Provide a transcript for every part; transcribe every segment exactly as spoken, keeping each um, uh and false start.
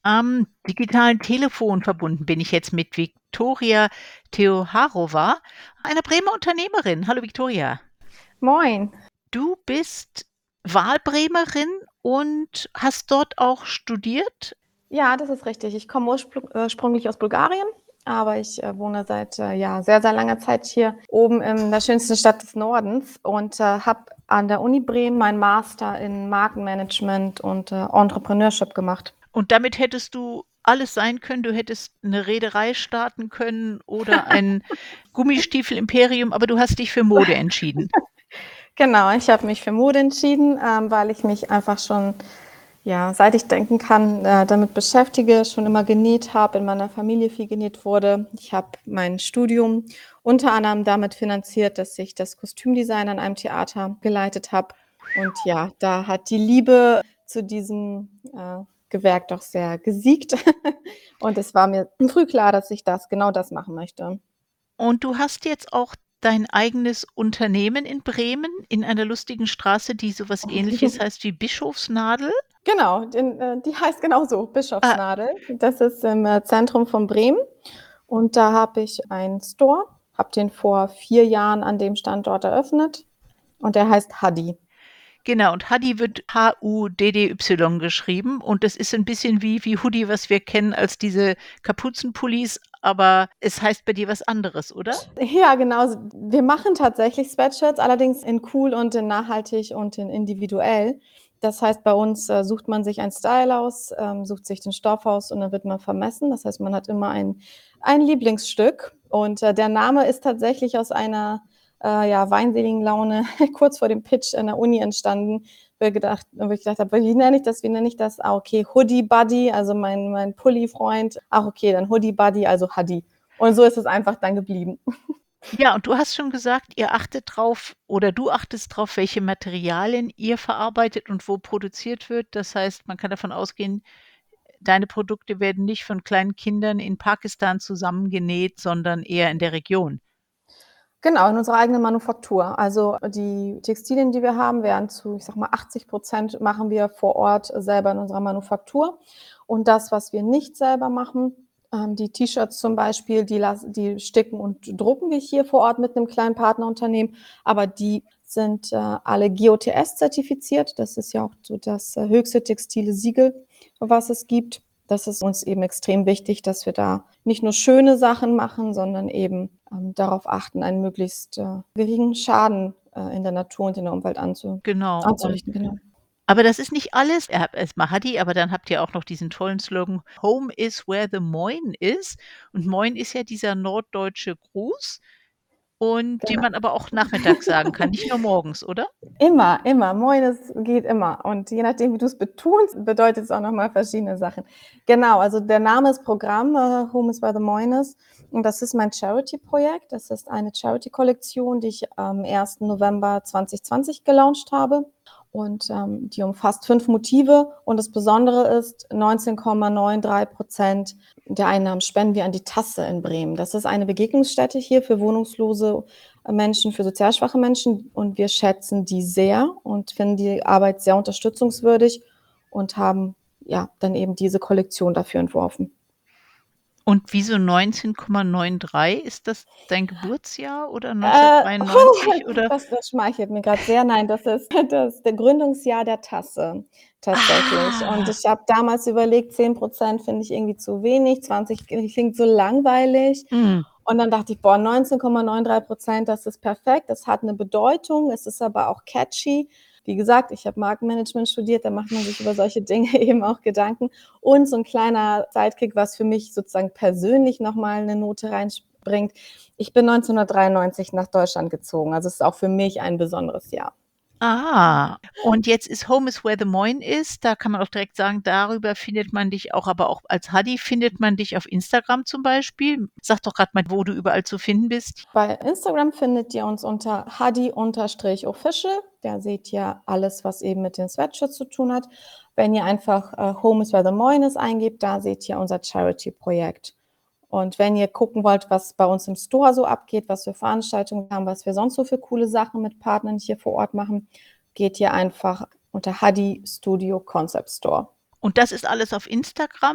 Am digitalen Telefon verbunden bin ich jetzt mit Viktoria Teoharova, einer Bremer Unternehmerin. Hallo Viktoria. Moin. Du bist Wahlbremerin und hast dort auch studiert? Ja, das ist richtig. Ich komme urspr- ursprünglich aus Bulgarien, aber ich äh, wohne seit äh, ja, sehr, sehr langer Zeit hier oben in der schönsten Stadt des Nordens und äh, habe an der Uni Bremen meinen Master in Markenmanagement und äh, Entrepreneurship gemacht. Und damit hättest du alles sein können. Du hättest eine Reederei starten können oder ein Gummistiefel-Imperium, aber du hast dich für Mode entschieden. Genau, ich habe mich für Mode entschieden, ähm, weil ich mich einfach schon, ja, seit ich denken kann, äh, damit beschäftige, schon immer genäht habe, in meiner Familie viel genäht wurde. Ich habe mein Studium unter anderem damit finanziert, dass ich das Kostümdesign an einem Theater geleitet habe. Und ja, da hat die Liebe zu diesem äh, Gewerk doch sehr gesiegt. Und es war mir früh klar, dass ich das genau das machen möchte. Und du hast jetzt auch dein eigenes Unternehmen in Bremen in einer lustigen Straße, die so was Ähnliches heißt wie Bischofsnadel. Genau, den, äh, die heißt genau so, Ah, Bischofsnadel. Das ist im äh, Zentrum von Bremen. Und da habe ich einen Store, habe den vor vier Jahren an dem Standort eröffnet. Und der heißt Hadi. genau. Und Hudi wird H U D D Y geschrieben. Und das ist ein bisschen wie, wie Hoodie, was wir kennen als diese Kapuzenpullis. Aber es heißt bei dir was anderes, oder? Ja, genau. Wir machen tatsächlich Sweatshirts, allerdings in cool und in nachhaltig und in individuell. Das heißt, bei uns äh, sucht man sich einen Style aus, ähm, sucht sich den Stoff aus und dann wird man vermessen. Das heißt, man hat immer ein, ein Lieblingsstück. Und äh, der Name ist tatsächlich aus einer äh, ja, weinseligen Laune kurz vor dem Pitch an der Uni entstanden, wo ich gedacht, wo ich gedacht habe, wie nenne ich das, wie nenne ich das? Ah, okay, Hoodie Buddy, also mein, mein Pulli-Freund. Ach, okay, dann Hoodie Buddy, also Hadi. Und so ist es einfach dann geblieben. Ja, und du hast schon gesagt, ihr achtet drauf oder du achtest drauf, welche Materialien ihr verarbeitet und wo produziert wird. Das heißt, man kann davon ausgehen, deine Produkte werden nicht von kleinen Kindern in Pakistan zusammengenäht, sondern eher in der Region. Genau, in unserer eigenen Manufaktur. Also die Textilien, die wir haben, werden zu, ich sag mal, achtzig Prozent machen wir vor Ort selber in unserer Manufaktur. Und das, was wir nicht selber machen, ähm, die T-Shirts zum Beispiel, die, lassen, die sticken und drucken wir hier vor Ort mit einem kleinen Partnerunternehmen, aber die sind äh, alle G O T S zertifiziert. Das ist ja auch so das äh, höchste textile Siegel, was es gibt. Das ist uns eben extrem wichtig, dass wir da nicht nur schöne Sachen machen, sondern eben ähm, darauf achten, einen möglichst äh, geringen Schaden äh, in der Natur und in der Umwelt anzu Genau. Und anzurichten. Genau. aber das ist nicht alles. Ihr habt erst mal Hadi, aber dann habt ihr auch noch diesen tollen Slogan „Home is where the Moin is." Und Moin ist ja dieser norddeutsche Gruß und den Genau. man aber auch nachmittags sagen kann, nicht nur morgens, oder? Immer, immer. Moin, es geht immer. Und je nachdem, wie du es betonst, bedeutet es auch nochmal verschiedene Sachen. Genau, also der Name ist Programm, äh, Home is where the Moin is. Und das ist mein Charity-Projekt. Das ist eine Charity-Kollektion, die ich am ersten November zwanzig zwanzig gelauncht habe. Und ähm, die umfasst fünf Motive. Und das Besondere ist, neunzehn Komma dreiundneunzig Prozent der Einnahmen spenden wir an die Tasse in Bremen. Das ist eine Begegnungsstätte hier für wohnungslose Menschen, für sozial schwache Menschen. Und wir schätzen die sehr und finden die Arbeit sehr unterstützungswürdig und haben ja dann eben diese Kollektion dafür entworfen. Und wieso neunzehn Komma dreiundneunzig? Ist das dein Geburtsjahr oder Äh, neunzehnhundertdreiundneunzig oder das, das schmeichelt mir gerade sehr. Nein, das ist das der Gründungsjahr der Tasse tatsächlich. Und ah, ich habe damals überlegt, zehn Prozent finde ich irgendwie zu wenig, zwanzig klingt so langweilig. mhm. Und dann dachte ich, boah, neunzehn Komma dreiundneunzig Prozent, das ist perfekt. Das hat eine Bedeutung. Es ist aber auch catchy. Wie gesagt, ich habe Markenmanagement studiert, da macht man sich über solche Dinge eben auch Gedanken. Und so ein kleiner Sidekick, was für mich sozusagen persönlich nochmal eine Note reinbringt. Ich bin neunzehnhundertdreiundneunzig nach Deutschland gezogen. Also es ist auch für mich ein besonderes Jahr. Ah, und jetzt ist Home is where the Moin is. Da kann man auch direkt sagen, darüber findet man dich auch, aber auch als Hadi findet man dich auf Instagram zum Beispiel. Sag doch gerade mal, wo du überall zu finden bist. Bei Instagram findet ihr uns unter hadi-official. Da seht ihr alles, was eben mit den Sweatshirts zu tun hat. Wenn ihr einfach äh, Home is where the Moin is eingebt, da seht ihr unser Charity-Projekt. Und wenn ihr gucken wollt, was bei uns im Store so abgeht, was für Veranstaltungen wir haben, was wir sonst so für coole Sachen mit Partnern hier vor Ort machen, geht ihr einfach unter Hadi Studio Concept Store. Und das ist alles auf Instagram?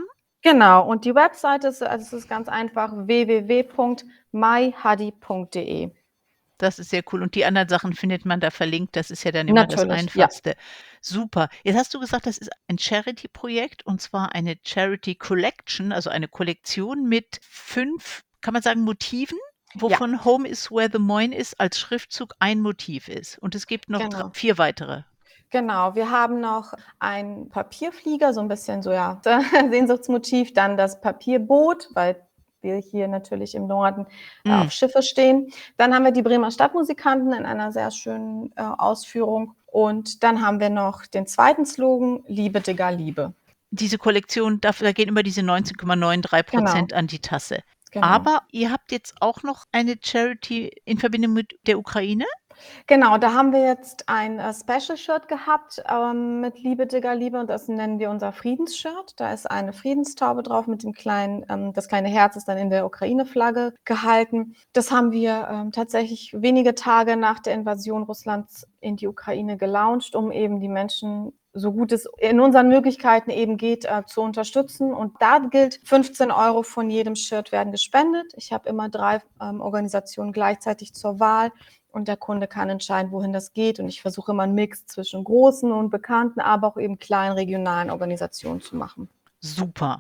Genau, und die Webseite ist, also es ist ganz einfach w w w punkt my hadi punkt d e. Das ist sehr cool. Und die anderen Sachen findet man da verlinkt. Das ist ja dann immer das Natürlich, ja. Einfachste. Super. Jetzt hast du gesagt, das ist ein Charity-Projekt und zwar eine Charity Collection, also eine Kollektion mit fünf, kann man sagen, Motiven, Ja, wovon Home is where the Moin ist als Schriftzug ein Motiv ist. Und es gibt noch dr genau. vier weitere. Genau, wir haben noch einen Papierflieger, so ein bisschen so, ja, Sehnsuchtsmotiv, dann das Papierboot, weil wir hier natürlich im Norden äh, Mhm. auf Schiffe stehen. Dann haben wir die Bremer Stadtmusikanten in einer sehr schönen äh, Ausführung. Und dann haben wir noch den zweiten Slogan, Liebe, Digga, Liebe. Diese Kollektion, da da gehen immer diese neunzehn Komma Genau, neununddreißig an die Tasse. genau. Aber ihr habt jetzt auch noch eine Charity in Verbindung mit der Ukraine? Genau, da haben wir jetzt ein äh, Special-Shirt gehabt ähm, mit Liebe, Digga, Liebe, und das nennen wir unser Friedensshirt. Da ist eine Friedenstaube drauf mit dem kleinen, ähm, das kleine Herz ist dann in der Ukraine-Flagge gehalten. Das haben wir ähm, tatsächlich wenige Tage nach der Invasion Russlands in die Ukraine gelauncht, um eben die Menschen, so gut es in unseren Möglichkeiten eben geht, äh, zu unterstützen. Und da gilt, fünfzehn Euro von jedem Shirt werden gespendet. Ich habe immer drei ähm, Organisationen gleichzeitig zur Wahl. Und der Kunde kann entscheiden, wohin das geht. Und ich versuche immer einen Mix zwischen großen und bekannten, aber auch eben kleinen regionalen Organisationen zu machen. Super.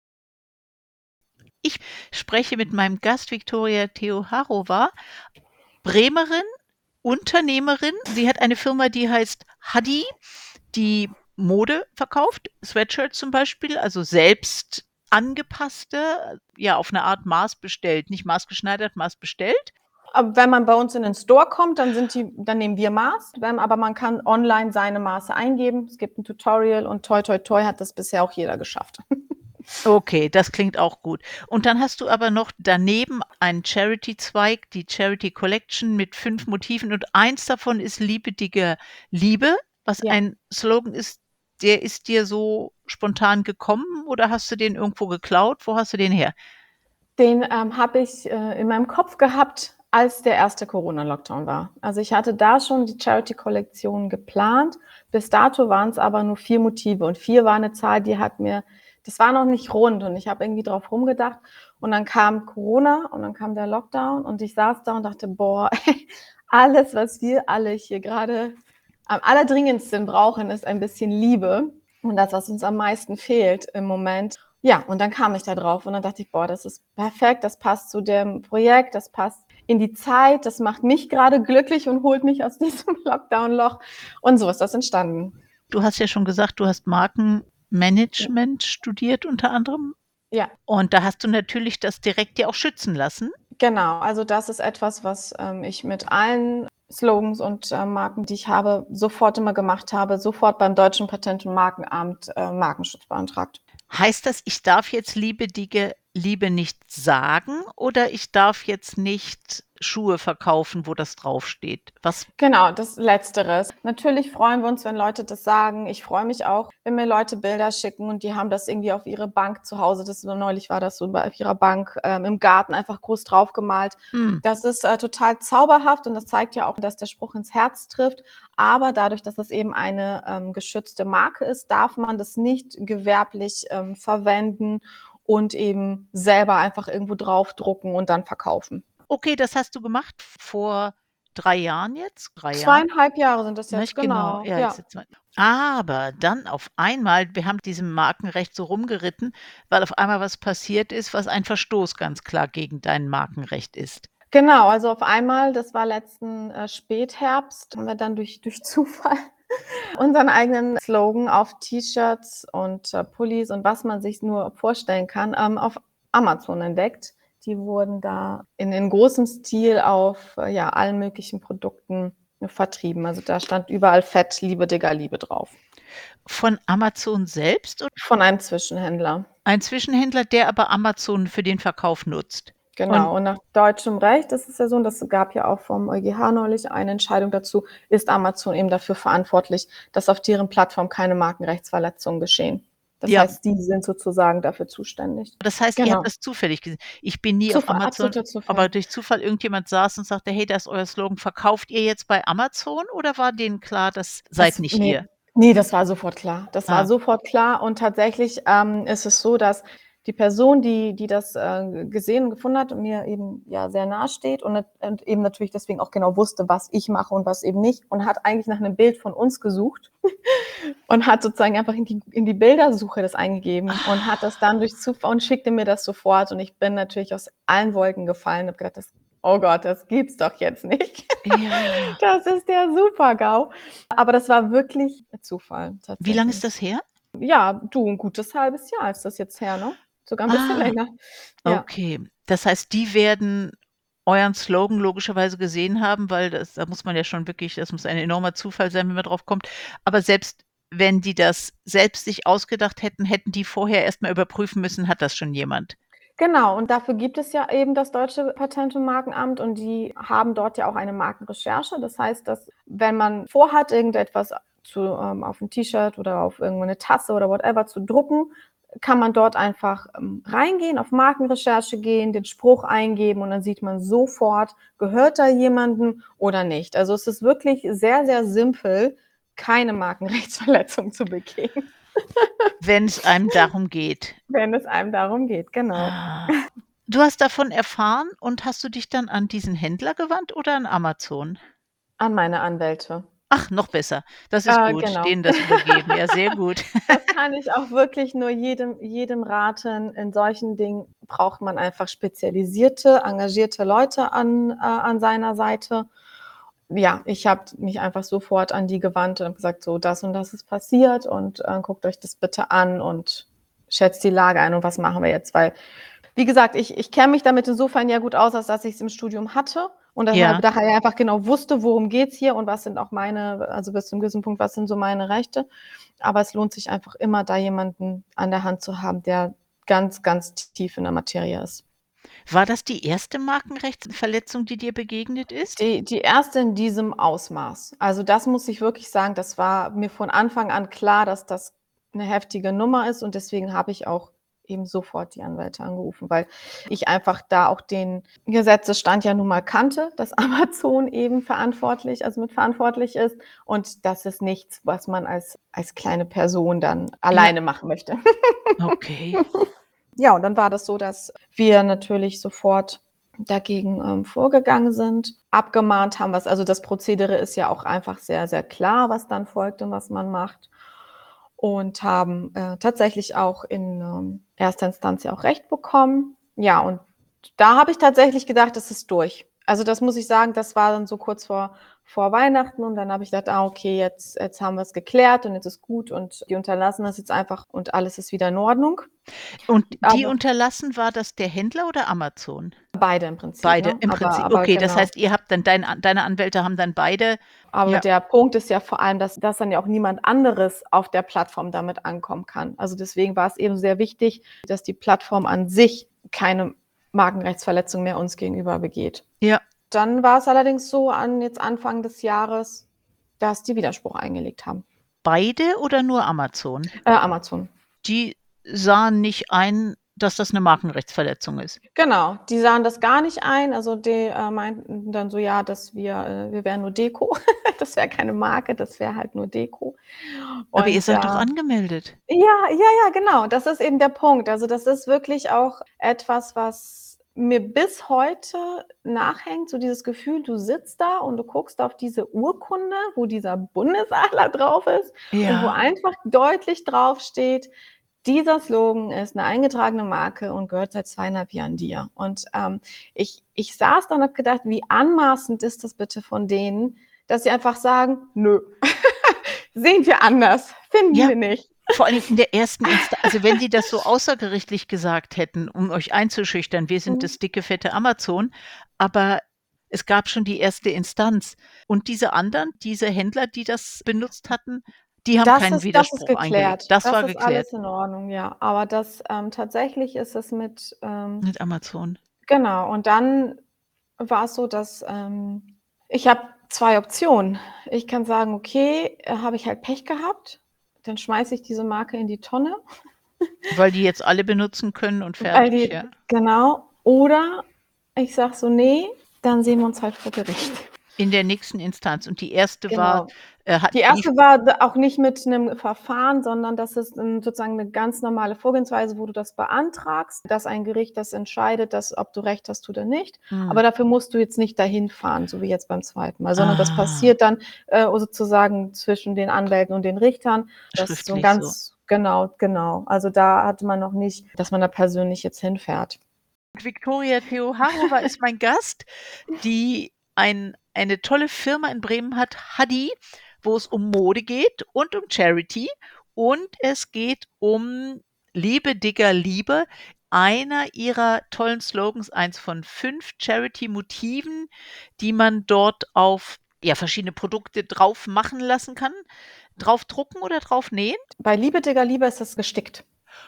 Ich spreche mit meinem Gast Viktoria Theoharova, Bremerin, Unternehmerin. Sie hat eine Firma, die heißt Hadi, die Mode verkauft, Sweatshirts zum Beispiel, also selbst angepasste, ja, auf eine Art maßbestellt, nicht maßgeschneidert, maßbestellt. Aber wenn man bei uns in den Store kommt, dann sind die, dann nehmen wir Maß, aber man kann online seine Maße eingeben. Es gibt ein Tutorial und toi toi toi hat das bisher auch jeder geschafft. Okay, das klingt auch gut. Und dann hast du aber noch daneben einen Charity-Zweig, die Charity Collection mit fünf Motiven und eins davon ist Liebe, Digga, Liebe, was Ja. ein Slogan ist, der ist dir so spontan gekommen oder hast du den irgendwo geklaut? Wo hast du den her? Den ähm, habe ich äh, in meinem Kopf gehabt, als der erste Corona-Lockdown war. Also ich hatte da schon die Charity-Kollektion geplant. Bis dato waren es aber nur vier Motive und vier war eine Zahl, die hat mir, das war noch nicht rund und ich habe irgendwie drauf rumgedacht und dann kam Corona und dann kam der Lockdown und ich saß da und dachte, boah, alles, was wir alle hier gerade am allerdringendsten brauchen, ist ein bisschen Liebe und das, was uns am meisten fehlt im Moment. Ja, und dann kam ich da drauf und dann dachte ich, boah, das ist perfekt, das passt zu dem Projekt, das passt in die Zeit, das macht mich gerade glücklich und holt mich aus diesem Lockdown-Loch und so ist das entstanden. Du hast ja schon gesagt, du hast Markenmanagement studiert unter anderem Ja, und da hast du natürlich das direkt dir auch schützen lassen. genau. Also das ist etwas, was ähm, ich mit allen Slogans und äh, Marken, die ich habe, sofort immer gemacht habe, sofort beim Deutschen Patent- und Markenamt äh, Markenschutz beantragt. Heißt das, ich darf jetzt Liebe, Digga, Liebe nicht sagen oder ich darf jetzt nicht Schuhe verkaufen, wo das draufsteht? Was? Genau, das Letzteres. Natürlich freuen wir uns, wenn Leute das sagen. Ich freue mich auch, wenn mir Leute Bilder schicken und die haben das irgendwie auf ihre Bank zu Hause. Das so neulich war das so auf ihrer Bank ähm, im Garten einfach groß draufgemalt. Hm. Das ist äh, total zauberhaft und das zeigt ja auch, dass der Spruch ins Herz trifft. Aber dadurch, dass das eben eine ähm, geschützte Marke ist, darf man das nicht gewerblich ähm, verwenden und eben selber einfach irgendwo draufdrucken und dann verkaufen. Okay, das hast du gemacht vor drei Jahren jetzt? drei Jahren, Zweieinhalb Jahre sind das jetzt, nicht? Genau, genau. ja, jetzt Ja. sind zwei. Aber dann auf einmal, wir haben diesem Markenrecht so rumgeritten, weil auf einmal was passiert ist, was ein Verstoß ganz klar gegen dein Markenrecht ist. Genau, also auf einmal, das war letzten äh, Spätherbst, haben wir dann durch, durch Zufall unseren eigenen Slogan auf T-Shirts und äh, Pullis und was man sich nur vorstellen kann, ähm, auf Amazon entdeckt. Die wurden da in, in großem Stil auf äh, ja, allen möglichen Produkten vertrieben. Also da stand überall fett Liebe, Digga, Liebe drauf. Von Amazon selbst oder Von einem Zwischenhändler. ein Zwischenhändler, der aber Amazon für den Verkauf nutzt? Und Genau, und nach deutschem Recht ist es ja so, und das gab ja auch vom EuGH neulich eine Entscheidung dazu, ist Amazon eben dafür verantwortlich, dass auf deren Plattform keine Markenrechtsverletzungen geschehen. Das ja, heißt, die sind sozusagen dafür zuständig. das heißt, ihr habt Genau. das zufällig gesehen. Ich bin nie auf Zufall, Amazon, absoluter aber Zufall. durch Zufall irgendjemand saß und sagte: „Hey, das ist euer Slogan. Verkauft ihr jetzt bei Amazon?“ Oder war denen klar, das seid Das, nicht nee, ihr? nee, das war sofort klar. Das war Ah, sofort klar und tatsächlich ähm, ist es so, dass die Person, die, die das äh, gesehen und gefunden hat und mir eben ja sehr nahe steht und, und eben natürlich deswegen auch genau wusste, was ich mache und was eben nicht und hat eigentlich nach einem Bild von uns gesucht und hat sozusagen einfach in die, in die Bildersuche das eingegeben Ah. und hat das dann durch Zufall und schickte mir das sofort und ich bin natürlich aus allen Wolken gefallen und habe gedacht, das, oh Gott, das gibt's doch jetzt nicht. Ja. Das ist der Super-GAU. Aber das war wirklich Zufall tatsächlich. Wie lange ist das her? Ja, du, ein gutes halbes Jahr ist das jetzt her, ne? Sogar ein bisschen Ah, länger. Ja. okay. Das heißt, die werden euren Slogan logischerweise gesehen haben, weil das da muss man ja schon wirklich das muss ein enormer Zufall sein, wenn man drauf kommt. Aber selbst wenn die das selbst sich ausgedacht hätten, hätten die vorher erst mal überprüfen müssen, hat das schon jemand? Genau, und dafür gibt es ja eben das Deutsche Patent- und Markenamt und die haben dort ja auch eine Markenrecherche. Das heißt, dass wenn man vorhat, irgendetwas zu, ähm, auf ein T-Shirt oder auf irgendeine Tasse oder whatever zu drucken, kann man dort einfach ähm, reingehen, auf Markenrecherche gehen, den Spruch eingeben und dann sieht man sofort, gehört da jemandem oder nicht. Also es ist wirklich sehr, sehr simpel, keine Markenrechtsverletzung zu begehen. Wenn's einem darum geht. Wenn es einem darum geht, genau. Ah. Du hast davon erfahren und hast du dich dann an diesen Händler gewandt oder an Amazon? An meine Anwälte. Ach, noch besser. Das ist Äh, gut, genau. denen das übergeben. Ja, sehr gut. Das kann ich auch wirklich nur jedem jedem raten. In solchen Dingen braucht man einfach spezialisierte, engagierte Leute an äh, an seiner Seite. Ja, ich habe mich einfach sofort an die gewandt und habe gesagt: „So, das und das ist passiert und, äh, guckt euch das bitte an und schätzt die Lage ein und was machen wir jetzt?“ Weil, wie gesagt, ich ich kenne mich damit insofern ja gut aus, als dass ich's im Studium hatte und Ja. deshalb daher einfach genau wusste, worum geht's hier und was sind auch meine also bis zum gewissen Punkt, was sind so meine Rechte. Aber es lohnt sich einfach immer, da jemanden an der Hand zu haben, der ganz, ganz tief in der Materie ist. War das die erste Markenrechtsverletzung, die dir begegnet ist? Die die erste in diesem Ausmaß. Also, das muss ich wirklich sagen, das war mir von Anfang an klar, dass das 'ne heftige Nummer ist und deswegen habe ich auch eben sofort die Anwälte angerufen, weil ich einfach da auch den Gesetzesstand ja nun mal kannte, dass Amazon eben verantwortlich also, mitverantwortlich ist und das ist nichts, was man als als kleine Person dann Ja. alleine machen möchte. Okay. Ja, und dann war das so, dass wir natürlich sofort dagegen, ähm, vorgegangen sind, abgemahnt haben, was also das Prozedere ist ja auch einfach sehr, sehr klar, was dann folgt und was man macht. Und haben, äh, tatsächlich auch in, ähm, erster Instanz ja auch Recht bekommen. Ja, und da habe ich tatsächlich gedacht, das ist durch. Also, das muss ich sagen, das war dann so kurz vor vor Weihnachten und dann habe ich gedacht: „Ah, okay, jetzt jetzt haben wir's geklärt und jetzt ist gut und die unterlassen das jetzt einfach und alles ist wieder in Ordnung.“ Und die Aber unterlassen, war das der Händler oder Amazon? beide im Prinzip, Beide ne? im Aber Prinzip. aber Okay, das genau. heißt, ihr habt dann dein An deine Anwälte haben dann beide Aber ja. der Punkt ist ja vor allem, dass dass dann ja auch niemand anderes auf der Plattform damit ankommen kann. Also, deswegen war es eben sehr wichtig, dass die Plattform an sich keine Markenrechtsverletzung mehr uns gegenüber begeht. Ja. Dann war es allerdings so an jetzt Anfang des Jahres, dass die Widerspruch eingelegt haben. Beide oder nur Amazon? Äh, Amazon. Die sahen nicht ein, dass das 'ne Markenrechtsverletzung ist? Genau, die sahen das gar nicht ein. Also, die, äh, meinten dann so: „Ja, dass wir äh, wir wären nur Deko.“ Das wäre keine Marke, das wäre halt nur Deko. Aber ihr Und, seid doch ja angemeldet? ja, ja, ja, genau, das ist eben der Punkt. Also, das ist wirklich auch etwas, was mir bis heute nachhängt, so dieses Gefühl, du sitzt da und du guckst auf diese Urkunde, wo dieser Bundesadler drauf ist und wo Ja. einfach deutlich draufsteht: „Dieser Slogan ist 'ne eingetragene Marke und gehört seit zweieinhalb Jahren dir.“ Und, ähm, ich ich saß da und habe gedacht: „Wie anmaßend ist das bitte von denen, dass sie einfach sagen: ‚Nö, sehen wir anders, finden Ja, wir nicht.'“ vor allen Dingen in der ersten Insta also, wenn die das so außergerichtlich gesagt hätten, um euch einzuschüchtern: „Wir sind Mhm. das dicke, fette Amazon“, aber es gab schon die erste Instanz. Und diese anderen, diese Händler, die das benutzt hatten, die haben Das keinen ist das ist Widerspruch eingelegt. geklärt. Das Das war ist geklärt. alles in Ordnung, ja. Aber das ähm, tatsächlich ist es mit, ähm Mit Amazon. genau, und dann war's so, dass, ähm ich habe zwei Optionen. Ich kann sagen: „Okay, äh, habe ich halt Pech gehabt, dann schmeiße ich diese Marke in die Tonne.“ Weil die jetzt alle benutzen können und Weil fertig, die ja. genau. Oder ich sage so: „Ne, dann sehen wir uns halt vor Gericht.“ In der nächsten Instanz. Und die erste war, Genau. äh, hat Die lief erste war d auch nicht mit 'nem Verfahren, sondern das ist 'n sozusagen 'ne ganz normale Vorgehensweise, wo du das beantragst, dass ein Gericht das entscheidet, dass ob du Recht hast oder nicht. Mhm. Aber dafür musst du jetzt nicht dahin fahren, so wie jetzt beim zweiten Mal, sondern das Ah. passiert dann, äh, sozusagen zwischen den Anwälten und den Richtern. Das ist so 'n Schriftlich so. ganz genau, genau. Also, da hatte man noch nicht, dass man da persönlich jetzt hinfährt. Viktoria Theoharova ist mein Gast, die ein eine tolle Firma in Bremen hat, Hadi, wo es um Mode geht und um Charity und es geht um „Liebe Digger, Liebe“, einer ihrer tollen Slogans, eins von fünf Charity-Motiven, die man dort auf, ja, verschiedene Produkte drauf machen lassen kann. Draufdrucken oder drauf nähen? Bei Liebe Digger, Liebe ist das gestickt.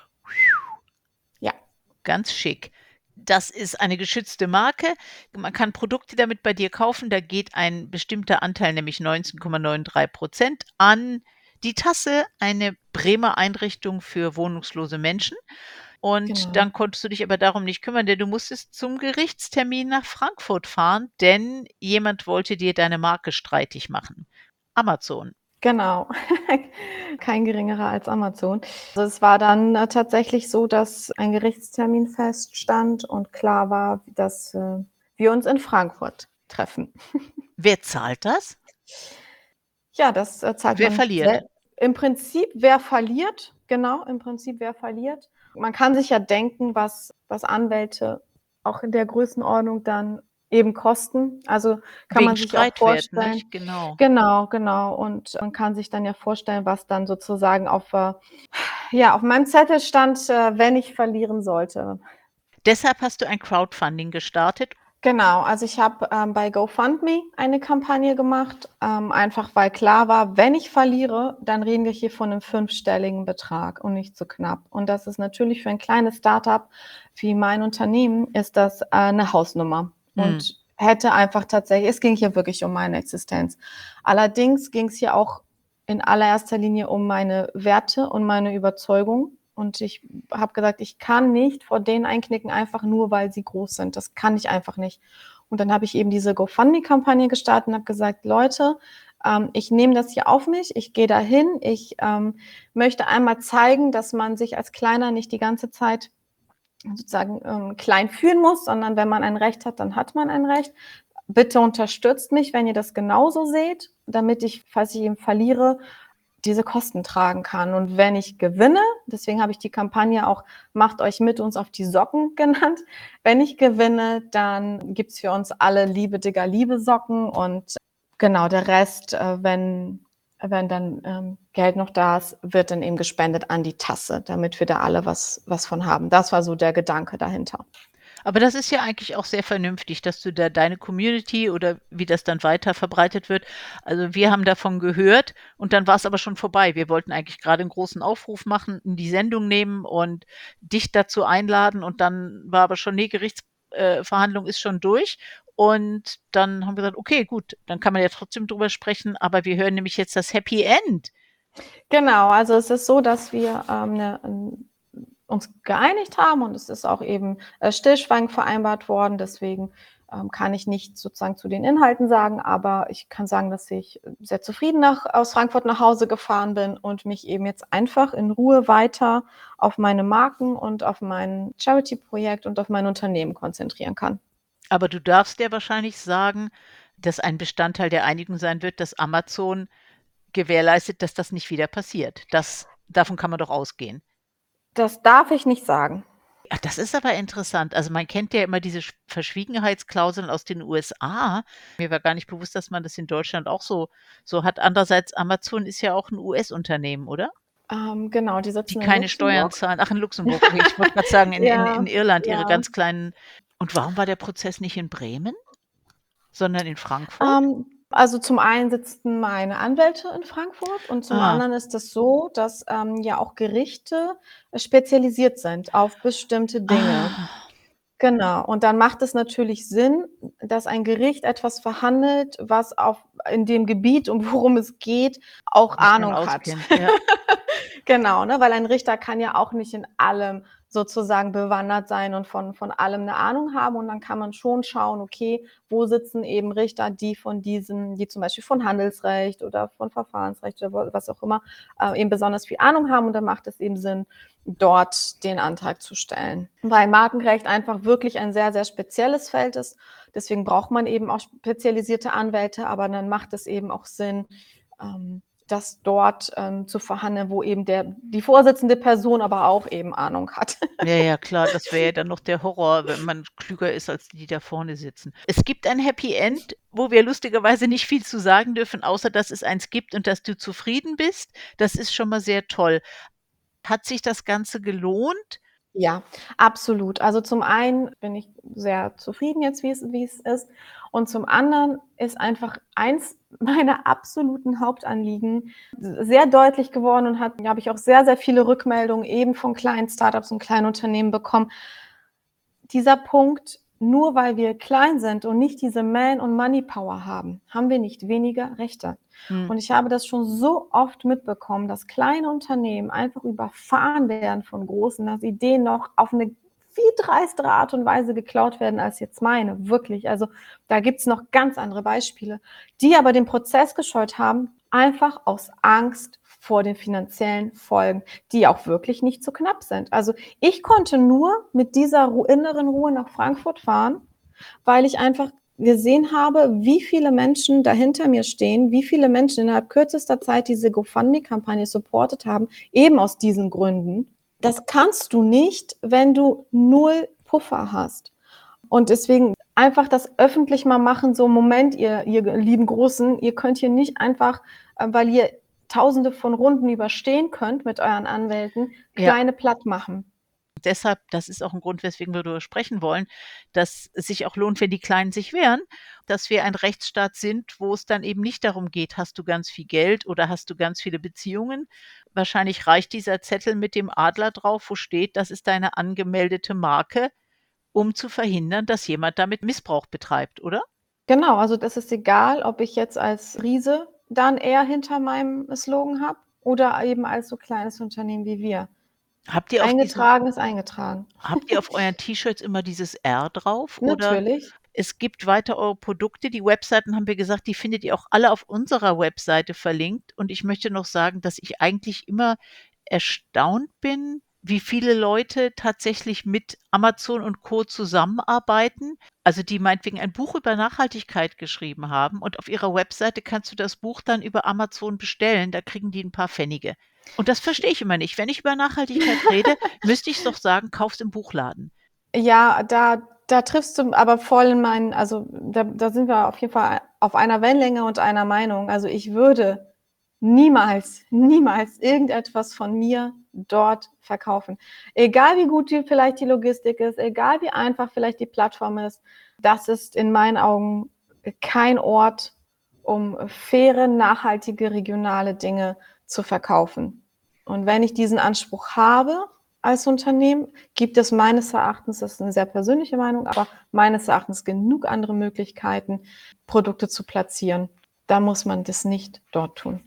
Ja. Ganz schick. Das ist eine geschützte Marke. Man kann Produkte damit bei dir kaufen. Da geht ein bestimmter Anteil, nämlich neunzehn Komma neununddreißig Prozent an die Tasse, eine Bremer Einrichtung für wohnungslose Menschen. Und Genau. dann konntest du dich aber darum nicht kümmern, denn du musstest zum Gerichtstermin nach Frankfurt fahren, denn jemand wollte dir deine Marke streitig machen. Amazon. Genau. Kein geringerer als Amazon. Also, es war dann, äh, tatsächlich so, dass ein Gerichtstermin feststand und klar war, dass, äh, wir uns in Frankfurt treffen. Wer zahlt das? Ja, das, äh, zahlt Wer man verliert? sel im Prinzip, wer verliert, genau, im Prinzip, wer verliert. Man kann sich ja denken, was was Anwälte auch in der Größenordnung dann eben kosten. Also, kann Wegen man sich auch Streitwert, vorstellen nicht? Genau. genau, genau. Und man kann sich dann ja vorstellen, was dann sozusagen auf, äh ja, auf meinem Zettel stand, äh, wenn ich verlieren sollte. Deshalb hast du ein Crowdfunding gestartet? Genau, also ich habe, ähm, bei GoFundMe eine Kampagne gemacht, ähm, einfach weil klar war, wenn ich verliere, dann reden wir hier von 'nem fünfstelligen Betrag und nicht zu knapp. Und das ist natürlich für ein kleines Start-up wie mein Unternehmen ist das, äh, 'ne Hausnummer Mhm. und hätte einfach tatsächlich es ging hier wirklich um meine Existenz. Allerdings ging's hier auch in allererster Linie um meine Werte und meine Überzeugung. Und ich habe gesagt: „Ich kann nicht vor denen einknicken, einfach nur, weil sie groß sind.“ Das kann ich einfach nicht. Und dann habe ich eben diese GoFundMe-Kampagne gestartet und habe gesagt: „Leute, ähm, ich nehme das hier auf mich. Ich gehe dahin. Ich, ähm, möchte einmal zeigen, dass man sich als Kleiner nicht die ganze Zeit sozusagen, ähm, klein fühlen muss, sondern wenn man ein Recht hat, dann hat man ein Recht. Bitte unterstützt mich, wenn ihr das genauso seht, damit ich, falls ich eben verliere, diese Kosten tragen kann. Und wenn ich gewinne“ deswegen habe ich die Kampagne auch „Macht euch mit uns auf die Socken“ genannt. Wenn ich gewinne, dann gibt's für uns alle Liebe Digger, Liebe Socken und genau, der Rest, äh, wenn wenn dann, ähm, Geld noch da ist, wird dann eben gespendet an die Tasse, damit wir da alle was was von haben. Das war so der Gedanke dahinter. Aber das ist ja eigentlich auch sehr vernünftig, dass du da deine Community oder wie das dann weiter verbreitet wird also, wir haben davon gehört und dann war's aber schon vorbei. Wir wollten eigentlich grade 'n großen Aufruf machen, in die Sendung nehmen und dich dazu einladen und dann war aber schon: „Ne, Gerichts äh, Verhandlung ist schon durch.“ Und dann haben wir gesagt: „Okay, gut, dann kann man ja trotzdem drüber sprechen, aber wir hören nämlich jetzt das Happy End.“ Genau, also es ist so, dass wir, ähm, 'ne 'n uns geeinigt haben und es ist auch eben, äh, stillschweigend vereinbart worden. Deswegen, ähm, kann ich nichts sozusagen zu den Inhalten sagen, aber ich kann sagen, dass ich sehr zufrieden nach aus Frankfurt nach Hause gefahren bin und mich eben jetzt einfach in Ruhe weiter auf meine Marken und auf mein Charity-Projekt und auf mein Unternehmen konzentrieren kann. Aber du darfst ja wahrscheinlich sagen, dass ein Bestandteil der Einigung sein wird, dass Amazon gewährleistet, dass das nicht wieder passiert. Das davon kann man doch ausgehen. Das darf ich nicht sagen. Ach, das ist aber interessant. Also, man kennt ja immer diese Sch Verschwiegenheitsklauseln aus den USA. Mir war gar nicht bewusst, dass man das in Deutschland auch so so hat. Andererseits, Amazon ist ja auch 'n US-Unternehmen, oder? Ähm, genau, die Die sitzen in keine Steuern Luxemburg. zahlen. Ach, in Luxemburg. Okay, ich wollte grad sagen, in in Ja, in Irland, ihre ja. ganz kleinen und warum war der Prozess nicht in Bremen, sondern in Frankfurt? Ähm, also, zum einen sitzen meine Anwälte in Frankfurt und zum Ah. anderen ist es so, dass, ähm, ja auch Gerichte spezialisiert sind auf bestimmte Dinge. Ah. Genau, und dann macht es natürlich Sinn, dass ein Gericht etwas verhandelt, was auf in dem Gebiet, um worum es geht, auch Sich dann Ahnung hat. auskennt, ja. Genau, ne, weil ein Richter kann ja auch nicht in allem sozusagen bewandert sein und von von allem 'ne Ahnung haben. Und dann kann man schon schauen, okay, wo sitzen eben Richter, die von diesem die zum Beispiel von Handelsrecht oder von Verfahrensrecht oder wa was auch immer, äh, eben besonders viel Ahnung haben und dann macht es eben Sinn, dort den Antrag zu stellen. Weil Markenrecht einfach wirklich ein sehr, sehr spezielles Feld ist. Deswegen braucht man eben auch spezialisierte Anwälte, aber dann macht es eben auch Sinn, ähm, das dort, ähm, zu verhandeln, wo eben der die vorsitzende Person aber auch eben Ahnung hat. Ja, ja, klar, das wäre ja dann noch der Horror, wenn man klüger ist als die, die da vorne sitzen. Es gibt ein Happy End, wo wir lustigerweise nicht viel zu sagen dürfen, außer dass es eins gibt und dass du zufrieden bist. Das ist schon mal sehr toll. Hat sich das Ganze gelohnt? Ja, absolut. Also, zum einen bin ich sehr zufrieden jetzt, wie es wie es ist. Und zum anderen ist einfach eins meiner absoluten Hauptanliegen s sehr deutlich geworden und hat da habe ich auch sehr, sehr viele Rückmeldungen eben von kleinen Start-ups und kleinen Unternehmen bekommen. Dieser Punkt, nur weil wir klein sind und nicht diese Man und Money Power haben, haben wir nicht weniger Rechte. Mhm. Und ich habe das schon so oft mitbekommen, dass kleine Unternehmen einfach überfahren werden von großen, dass Ideen noch auf 'ne viel dreistere Art und Weise geklaut werden als jetzt meine, wirklich. Also, da gibt's noch ganz andere Beispiele, die aber den Prozess gescheut haben, einfach aus Angst vor den finanziellen Folgen, die auch wirklich nicht so knapp sind. Also, ich konnte nur mit dieser Ru inneren Ruhe nach Frankfurt fahren, weil ich einfach gesehen habe, wie viele Menschen da hinter mir stehen, wie viele Menschen innerhalb kürzester Zeit diese GoFundMe-Kampagne supportet haben, eben aus diesen Gründen. Das kannst du nicht, wenn du null Puffer hast. Und deswegen einfach das öffentlich mal machen, so: „Moment, ihr ihr lieben Großen, ihr könnt hier nicht einfach, äh, weil ihr Tausende von Runden überstehen könnt mit euren Anwälten, Ja. kleine platt machen.“ Deshalb das ist auch 'n Grund, weswegen wir darüber sprechen wollen, dass es sich auch lohnt, wenn die Kleinen sich wehren, dass wir ein Rechtsstaat sind, wo es dann eben nicht darum geht: „Hast du ganz viel Geld oder hast du ganz viele Beziehungen?“ Wahrscheinlich reicht dieser Zettel mit dem Adler drauf, wo steht: „Das ist deine angemeldete Marke“, um zu verhindern, dass jemand damit Missbrauch betreibt, oder? Genau, also, das ist egal, ob ich jetzt als Riese da 'n R hinter meinem Slogan habe oder eben als so kleines Unternehmen wie wir. Habt ihr auf diesen Eingetragen ist eingetragen. habt ihr auf euren T-Shirts immer dieses R drauf oder Natürlich. es gibt weiter eure Produkte die Webseiten, haben wir gesagt, die findet ihr auch alle auf unserer Webseite verlinkt. Und ich möchte noch sagen, dass ich eigentlich immer erstaunt bin, wie viele Leute tatsächlich mit Amazon und Co. zusammenarbeiten. Also, die meinetwegen ein Buch über Nachhaltigkeit geschrieben haben und auf ihrer Webseite kannst du das Buch dann über Amazon bestellen, da kriegen die 'n paar Pfennige. Und das verstehe ich immer nicht. Wenn ich über Nachhaltigkeit rede, müsste ich doch sagen: „Kauf's im Buchladen.“ Ja, da da triffst du aber voll in meinen also, da da sind wir auf jeden Fall auf einer Wellenlänge und einer Meinung. Also, ich würde niemals, niemals irgendetwas von mir dort verkaufen. Egal wie gut die vielleicht die Logistik ist, egal wie einfach vielleicht die Plattform ist. Das ist in meinen Augen kein Ort, um faire, nachhaltige, regionale Dinge zu verkaufen. Und wenn ich diesen Anspruch habe als Unternehmen, gibt es meines Erachtens das ist 'ne sehr persönliche Meinung, aber meines Erachtens genug andere Möglichkeiten, Produkte zu platzieren. Da muss man das nicht dort tun.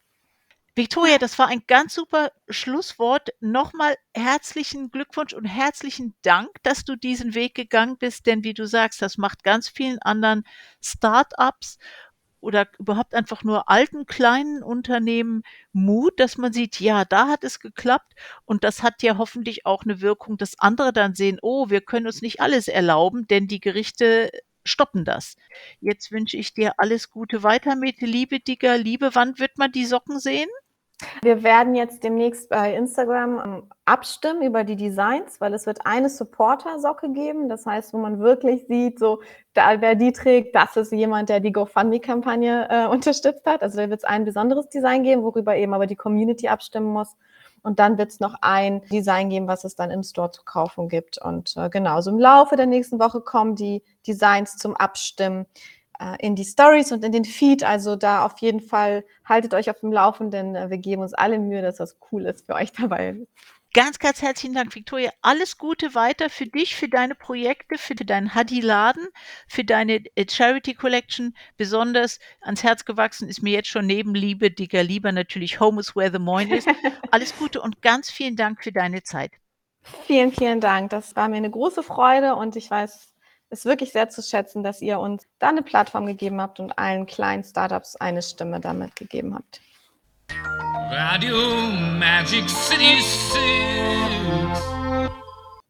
Viktoria, das war ein ganz super Schlusswort. Noch mal herzlichen Glückwunsch und herzlichen Dank, dass du diesen Weg gegangen bist, denn wie du sagst, das macht ganz vielen anderen Start-ups oder überhaupt einfach nur alten, kleinen Unternehmen Mut, dass man sieht: „Ja, da hat es geklappt.“ Und das hat ja hoffentlich auch 'ne Wirkung, dass andere dann sehen: „Oh, wir können uns nicht alles erlauben, denn die Gerichte stoppen das.“ Jetzt wünsche ich dir alles Gute weiter mit Liebe Digger, Liebe. Wann wird man die Socken sehen? Wir werden jetzt demnächst bei Instagram, ähm, abstimmen über die Designs, weil es wird eine Supporter-Socke geben. Das heißt, wo man wirklich sieht, so da wer die trägt, das ist jemand, der die GoFundMe-Kampagne, äh, unterstützt hat. Also, da wird's ein besonderes Design geben, worüber eben aber die Community abstimmen muss. Und dann wird's noch ein Design geben, was es dann im Store zu kaufen gibt. Und, äh, genau, so im Laufe der nächsten Woche kommen die Designs zum Abstimmen, äh, in die Stories und in den Feed. Also, da auf jeden Fall haltet euch auf dem Laufenden. Äh, wir geben uns alle Mühe, dass was Cooles für euch dabei ist. Ganz, ganz herzlichen Dank, Viktoria. Alles Gute weiter für dich, für deine Projekte, für d deinen Hadi-Laden, für deine, äh, Charity Collection. Besonders ans Herz gewachsen ist mir jetzt schon neben Liebe Digger Lieber natürlich Home is where the Moin is. Alles Gute und ganz vielen Dank für deine Zeit. Vielen, vielen Dank. Das war mir eine große Freude und ich weiß es wirklich sehr zu schätzen, dass ihr uns da eine Plattform gegeben habt und allen kleinen Startups eine Stimme damit gegeben habt. Radio Magic City six.